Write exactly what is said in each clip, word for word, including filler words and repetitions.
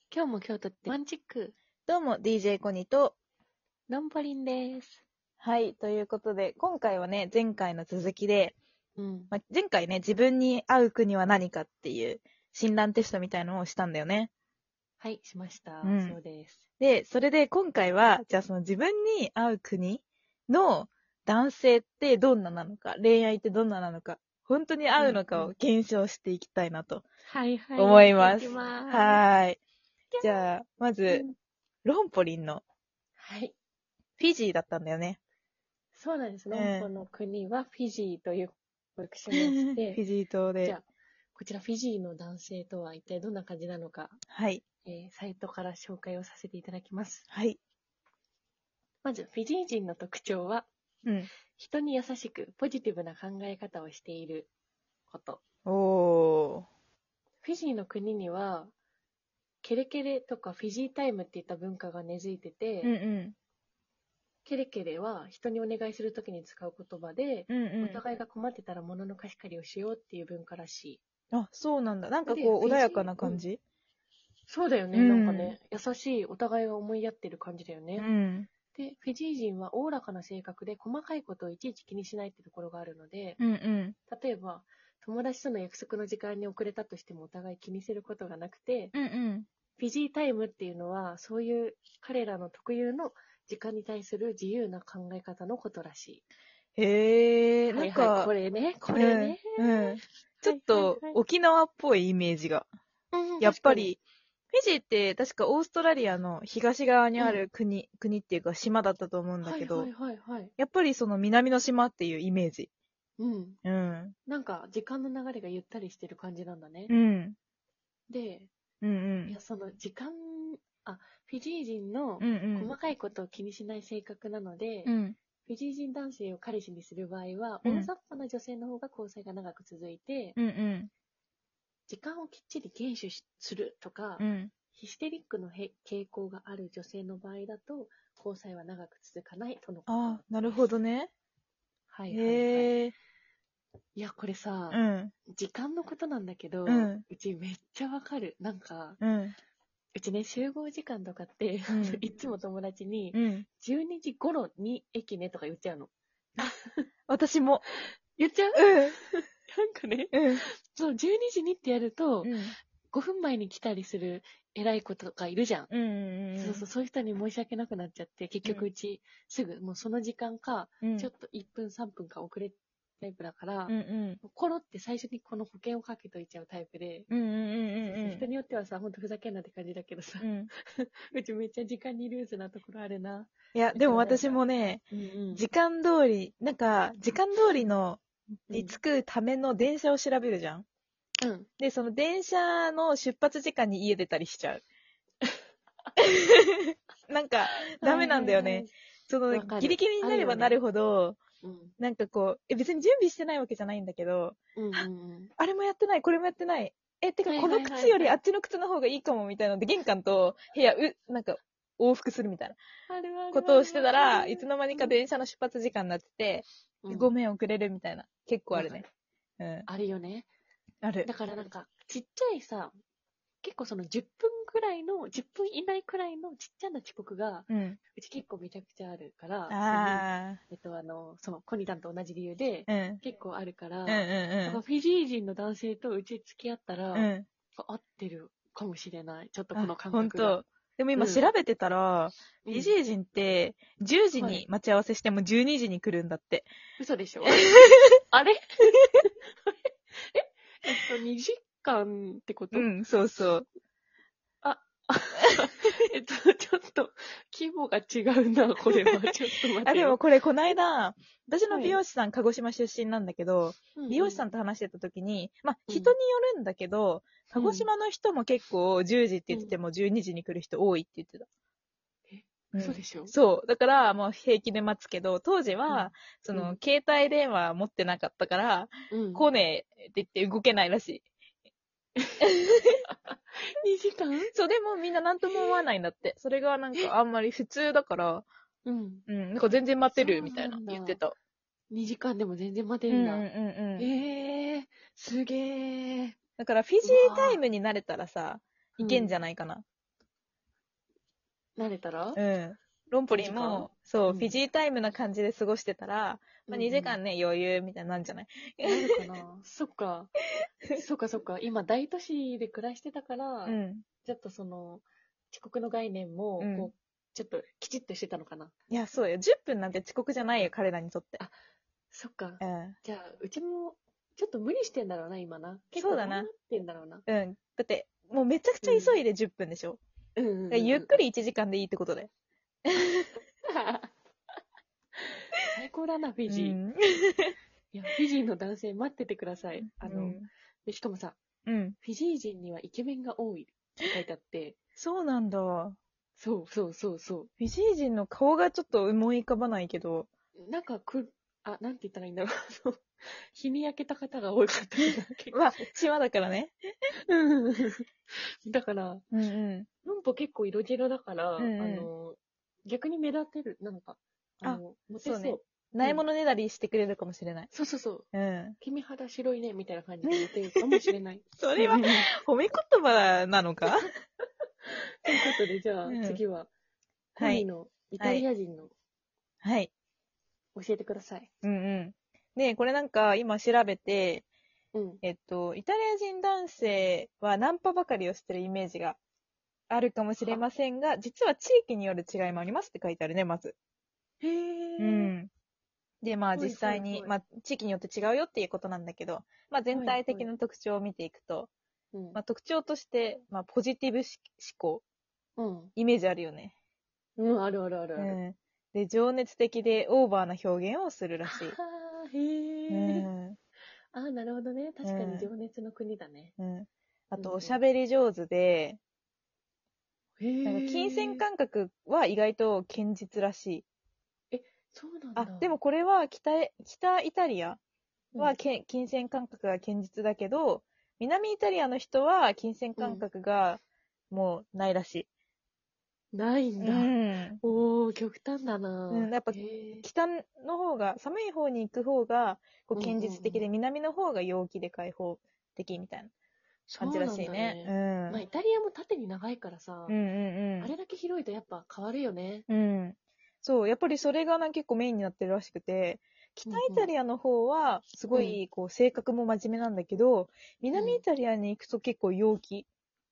今日も京都ってマンチック、 どうも ディージェー コニと、 ロンポリンです。 はい、ということで、今回はね、前回の続きで、 うん。 まあ、前回ね、自分に合う国は何かっていう診断テストみたいのをしたんだよね。 はい、しました。 うんそうです。 で、それで今回は、じゃあその自分に合う国の男性ってどんななのか、恋愛ってどんななのか、本当に合うのかを検証していきたいなとはいはい。 思います。 やっていきまーす。 はーい。じゃあ、まず、 うんロンポリンのはい。 フィジーだったんだよね。 そうなんです。 うんロンポの国はフィジーという国しフまして、 ィジー島で。 じゃあ、こちらフィジーの男性とは一体どんな感じなのか、 はい。 えーサイトから紹介をさせていただきます。 はい。 まず、フィジー人の特徴は、 うん。 人に優しくポジティブな考え方をしていること。 おー。 フィジーの国には、ケレケレとかフィジータイムっていった文化が根付いてて、 うんうん。 ケレケレは人にお願いするときに使う言葉で、 うんうん。 お互いが困ってたら物の貸し借りをしようっていう文化らしい。 あ、そうなんだ。なんそれで、 かこう、 フィジー、 穏やかなうん、 感じ。 そうだよね、なんかうん。 ね、優しい、お互いが思いやってる感じだようね。 ん。 で、フィジー人はおおらかな性格で細かいことをいちいち気にしないってところがあるので、 うんうん。 例えば、友達との約束の時間に遅れたとしてもお互い気にすることがなくて、 うんうん。 フィジータイムっていうのは、そういう彼らの特有の時間に対する自由な考え方のことらしい。 へえ、 はいはい、 なんか、 これね、こうん、 れね。 うん。ちょっはいはいとはい。 沖縄っぽいイメージが。 うん、 やっ確かに。 ぱり、フィジーって確かオーストラリアの東側にあうん。 る国、国っていうか島だったと思うんだけど、 はいはいはいはい。 やっぱりその南の島っていうイメージ。 うん。 うん。 なんか、時間の流れがゆったりしてる感じなんだね。 うん。 で、 うんうん。 いや、その時間、あ、フィジー人のうんうん。 細かいことを気にしない性格なので、 うん。 フィジー人男性を彼氏にする場合は、 うん。 大雑把な女性の方が交際が長く続いて、 うんうん。 時間をきっちり厳守しするとか、 うん。 ヒステリックのへ傾向がある女性の場合だと、交際は長く続かないとのことああ、なるです。 ほどね。 はいはいはい。 へえ。 いや、これさ、 うん。 時間のことなんだけど、 うん。 うちめっちゃわかる。なんか、 うん。 うちね、集合時間とかって、 うん。 いつも友達に、 うん。 じゅうにじ頃に駅ねとか言っちゃうの。 あ、私も。 言っちゃううん。 なんかね、 うん。 そう、じゅうにじにってやると、 うん。 ごふんまえに来たりする偉い子とかいるじゃん。 うんうんそうそう、そういう人に申し訳なくなっちゃって、結局うち、すぐ、もうその時間か、 うん。 ちょっといっぷんさんぷんか遅れタイプだから、 うんうん。 コロって最初にこの保険をかけといちゃうタイプで、 うんうんうんそうそう、人うんによってはさ、ほんとふざけんなって感じだけどさ、 うん。うん。 うちめっちゃ時間にルーズなところあるな。 いや、 だでも私けどなんか、 もね、 うんうん。 時間通り、なんか、時間通りの、にうん着くための電車を調べるじゃん。 うん。 で、その電車の出発時間に家出たりしちゃう。なんか、ダメはいなんだよね。 はいはい。 その、 わかる。 ギリギリにあるよね。 なればなるほど、 うん。 なんかこう、え、別に準備してないわけじゃないんだけど、 うんうんうあ、 ん。 あれもやってない、これもやってない。え、てか、 はいはこのいはいはい。 靴よりあっちの靴の方がいいかも、みたいなので、玄関と部屋、う、なんか、往復するみたいなあるあことをしてるあるわたら、いかる。 つの間にか電車の出発時間になってて、 うん。うん。 ごめん、遅れるみたいな。結構あるね。 わかる。 うん。 あるよね。 ある。 だからなんか、ちっちゃいさ、結構そのじゅっぷんくらいの、じゅっぷん以内くらいのちっちゃな遅刻が、 うん。 うち結構めちゃくちゃあるから、普通に、 あえっとあの、そのコニタンと同じ理由で、 ー。うん。 結構あるかうんら、なんうかフィジー人の男性とうち付き合ったら、 んうん。うん。 合ってるかもしれない。ちょっとこあ、 の感覚が。 ほんと。でも今調うん。 べてたら、 うん。 フィジー人ってじゅうじはい。 に待ち合わせしてもじゅうにじに来るんだって。 嘘でしょあれええっと、にじかんってことうん、そうそう。 あ、えっと、ちょっと、規模が違うな、これは。ちょっと待あ、 てよ。 でもこれこないだ、私のはい。 美容師さん、鹿児島出身なんだけど、美容師うんうん。 さんと話してた時に、まあ、 うん。 人によるんだけど、鹿児うん。 島の人も結構じゅうじってうん。 言っててもじゅうにじに来る人多いって言ってた。 え、 うん。 嘘でしょそう。だから、もう平気で待つけど、当時うん。 は、その、 うん。 携帯電話持ってなかったから、 うん。 来ねえって言って動けないらしい。 にじかんそう、でもみんな何とも思わないんだって。それがなんえ、 かあんまり普通だから、 うん。 うん、なんか全然待てそうるみたいななんだ。 言ってた。 にじかんでも全然待てうんうんんだ。 うんうん。 ええー、すげえ。 だからフィジーうわタイムになれたらさ、 ぁ。 いけんじうん。 ゃないかな。 慣れたらうん。ロンポリン何時間も、そう、 うんフィジータイムな感じで過ごしてたら、まあ、にじかんね。 ね、余裕みたいになるんじゃない？ なるかなそっか。そっかそっか。今、大都市で暮らしてたから、 うん。 ちょっとその、遅刻の概念も、 うんこう、ちょっときちっとしてたのかな。 いや、そうよ。じゅっぷんなんて遅刻じゃないよ、彼らにとって。 あ、そっか。 うん。 じゃあ、うちも、ちょっと無理してんだろうな、今な。結構そうだな。 頑張ってんだろうな。 うん。だって、もうめちゃくちゃ急いでじゅっぷんでしょ。 うんうんうんうんだからゆっくりいちじかんでいいってことで。 最高だな、フィうジー。 ん。 いや、フィジーの男性待っててください。あの、 うん。 でしかもさ、 うん。 フィジー人にはイケメンが多いって書いてあって、 そうなんだ。フそうそうそうそィジー人の顔がちょっと思い浮かばないけど。 う。なんかく、あ、なんて言ったらいいんだろう。あの日に焼けた方が多かったかな、結構。 まあ、島だからね。 うんだから、 うんうん。 ロンポ結構色白だから、 うんうんあの、逆に目立てる、なんか、ああの、モテそう。 そうね。ないものねだりしてくれるかもしれない。 そうそうそう。 うん。 君肌白いね、みたいな感じでモテるかもしれない。 それはうん褒め言葉なのか？ ということで、じゃあ、 うん次は、コはい。 ニーのイタリア人のはい。 教えてください。 うんうん。で、これなんか今調べて、 うん。 えっと、イタリア人男性はナンパばかりをしてるイメージがあるかもしれませんが、実は地域による違いもありますって書いてあるね、まず。 へー。 うん。で、まあはい実際に、 はいはいまあ地域によって違うよっていうことなんだけど、まあ全体的な特徴を見ていくと、 うん。 まあ特徴として、まあポジティブ思考、 うん。 イメージあるよね。 うん、あるあるあるある。 うん。で、情熱的でオーバーな表現をするらしい。 はー、 うへー。 ん。 あー、なるほどね。確かにうん情熱の国だね。 うん。あと、 うんうんおしゃべり上手で、 へー。 なんか金銭感覚は意外と堅実らしい。 そうなんだ。 あ、でもこれは北へ、北イタリアうん、 はけ、金銭感覚が堅実だけど、南イタリアの人は金銭感覚がもうないらしい。 ないんだ。 うん。 おー、極端だな。 うん、やっぱへー。 北の方が、寒い方に行く方が、こう、 うんうんうん堅実的で、南の方が陽気で開放的みたいな感じらそうなんだしいね。うね。 ん。 まあ、イタリアも縦に長いからさ、 うんうんあれだけ広いとやっぱ変わるよね。 うん。うん。そう、やっぱりそれがな結構メインになってるらしくて、北イタリアの方は、すごい、こう、性格も真面目なんだけど、南イタリアに行くと結構陽気、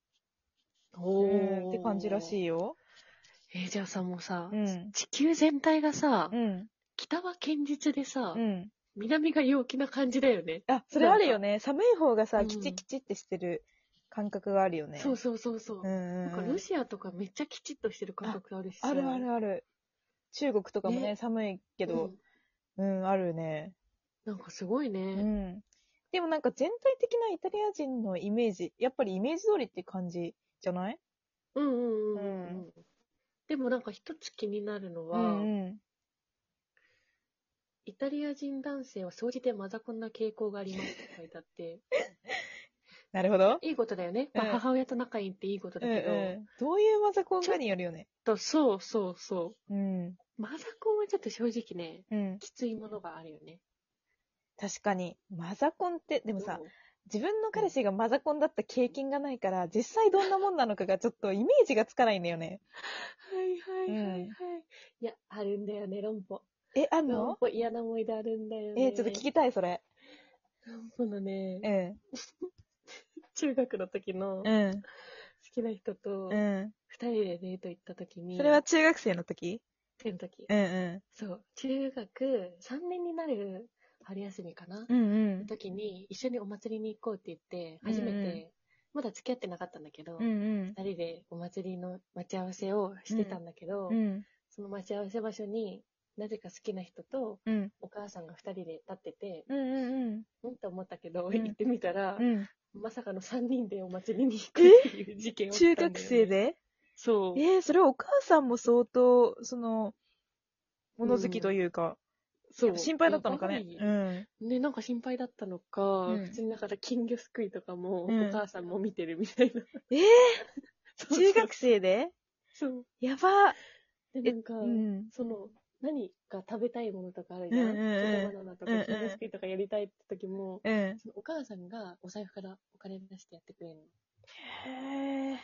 うん、って感じらしいおー。 よ。 えーじゃあさ、もうさ、 うん。 地球全体がさ、 うん。 北は堅実でさ、 うん。 南が陽気な感じだよね。 あ、それあるよね。寒い方がさ、 うんキチキチってしてる感覚があるよね。 そうそうそうそう。 うんうんなんかうん。 ロシアとかめっちゃきちっとしてる感覚あるしさ。 あるあるある。中国とかもね、 ね。 寒いけど、 うん。 うん、あるね。 なんかすごいうね。 ん。でもなんか全体的なイタリア人のイメージ、やっぱりイメージ通りって感じじゃない？ うんうんうんうんううんん。でもなんか一つ気になるのうは、 んうん。 イタリア人男性は総じてマザコンな傾向がありますって書いてあって、 なるほど。 いいことだよね。まあうん母親と仲いいっていいことうんだけど、 うん。どういうマザコンかによるよね。 とそうそうそうん。 う。マザコンはちょっと正直ね、 うん。 きついものがあるよね。 確かに。マザコンって、でもさ、 うん自分の彼氏がマザコンだった経験がないから、実際どんなもんなのかがちょっとイメージがつかないんだよね。 はいはいはいはい。 うんいや、あるんだよね、ロンポ。 え、あんロンの？ ポ嫌な思い出あるんだよね。 え、ちょっと聞きたい、それ。 ロンポのね、 うん。 中学の時の好うん。 きな人とうん。 二人でデート行った時に、 それは中学生の時？ 生の時、 うんうそう、中学さんねんになる春休みかな、 ん。うんうのん。 時に一緒にお祭りに行こうって言って、 うんうん初めて、まだ付き合ってなかったんだけど、 うんうん二人でお祭りの待ち合わせをしてたんだけど、 うんその待ち合わせ場所になぜか好きな人とうんお母さんが二人で立ってて、 うんうんうんと思ったけど、 ん行ってみたら、 うんまさかの三人でお祭りに行くっていう事件を中学生で？ そう。 えー、それお母さんも相当、その、物好きというか、 そう。 心配だったのかね。 やばいうん。 ね、なんか心配だったのか、 うん普通にだから金魚すくいとかも、 うんお母さんも見てるみたいな。 えー、 そうそう中学生で？ そう。 やば。 で、 えなんか、 うんその、何か食べたいものとかあるじゃん、 うんうんうんチョコバナナとうんうんか金魚すくいとかやりたいって時も、 うん。 そのお母さんがお財布からお金出してやってくれるの。 へー。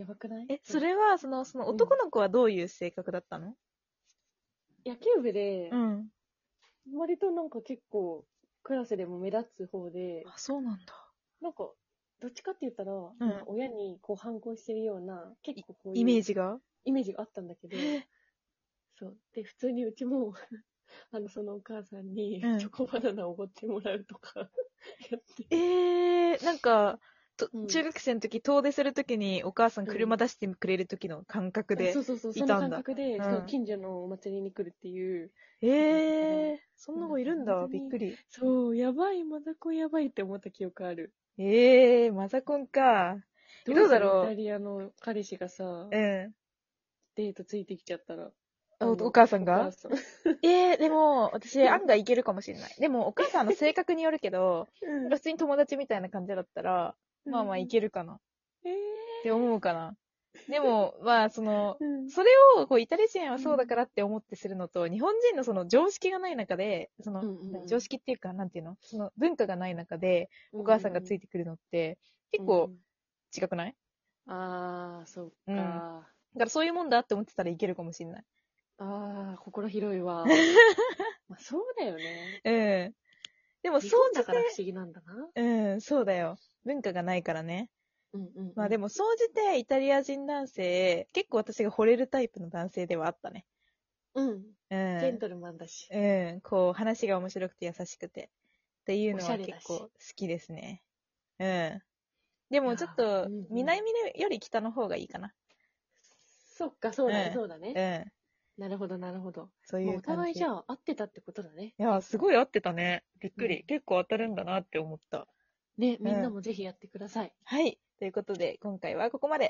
やばくない？ え、それは、その、その男の子はどういう性格だったの？ 野球部で、 うん。 割となんか結構、クラスでも目立つ方で、 あ、そうなんだ。 なんか、どっちかって言ったら、 うんなんか親にこう反抗してるような、結構こういうイメージがイメージがあったんだけど、そう。で、普通にうちも、あの、そのお母さんにうんチョコバナナをおごってもらうとか、やって。 えー、なんか、とうん中学生の時、遠出する時にお母さん車うん出してくれる時の感覚あでそうそうそう、その感いたんだ。 覚で、 うんそう近所のお祭りに来るっていうえ人だったから、 ー、そんな子いるんだ。 本当にびっくり。 そう、やばい、マザコンやばいって思った記憶ある。 えー、マザコンか。えどうどうするイタだろリアの彼氏がさ、 う。うん。 デートついてきちゃったら。 お、おあの母さんがお母さん。 えー、でも、私、案外いけるかもしれない。でも、お母さんの性格によるけど、 うんなんか普通に友達みたいな感じだったら、まあまあいけるかな。っえーて思うかな。でも、まあ、その、 うんそれを、こう、イタリア人はそうだからって思ってするのと、日本人のその常識がない中で、その、 うんうんうん常識っていうか、なんていうのその文化がない中で、お母さんがついてくるのって、結構うん違くない？ ああ、そっうん。だか。 からそういうもんだって思ってたらいけるかもしれない。 ああ、心広いわ。まあ、そうだよね。 うん。でも、 日総じ本だから不思議なんだな。 て、うん、そうだよ。文化がないからね。 うんうん、うん。 まあでも、総じてイタリア人男性、結構私が惚れるタイプの男性ではあったね。 うん。 うん。 ジェントルマンだし。 うん。こう、話が面白くて優しくて。っていうのはおしゃれだし結構好きですね。うん。でもちょっといやーうんうん、 南より北の方がいいかな。 そっか、そうだね、 うん。 そうだね。 うん。 なるほど、なるほど。 そうまあ、おいう感じ。 互いじゃあ、合ってたってことだね。 いや、すごい合ってたね。びっくり。 うん結構当たるんだなって思った。 ね、 うん。 みんなもぜひやってください。 はい。ということで、今回はここまで。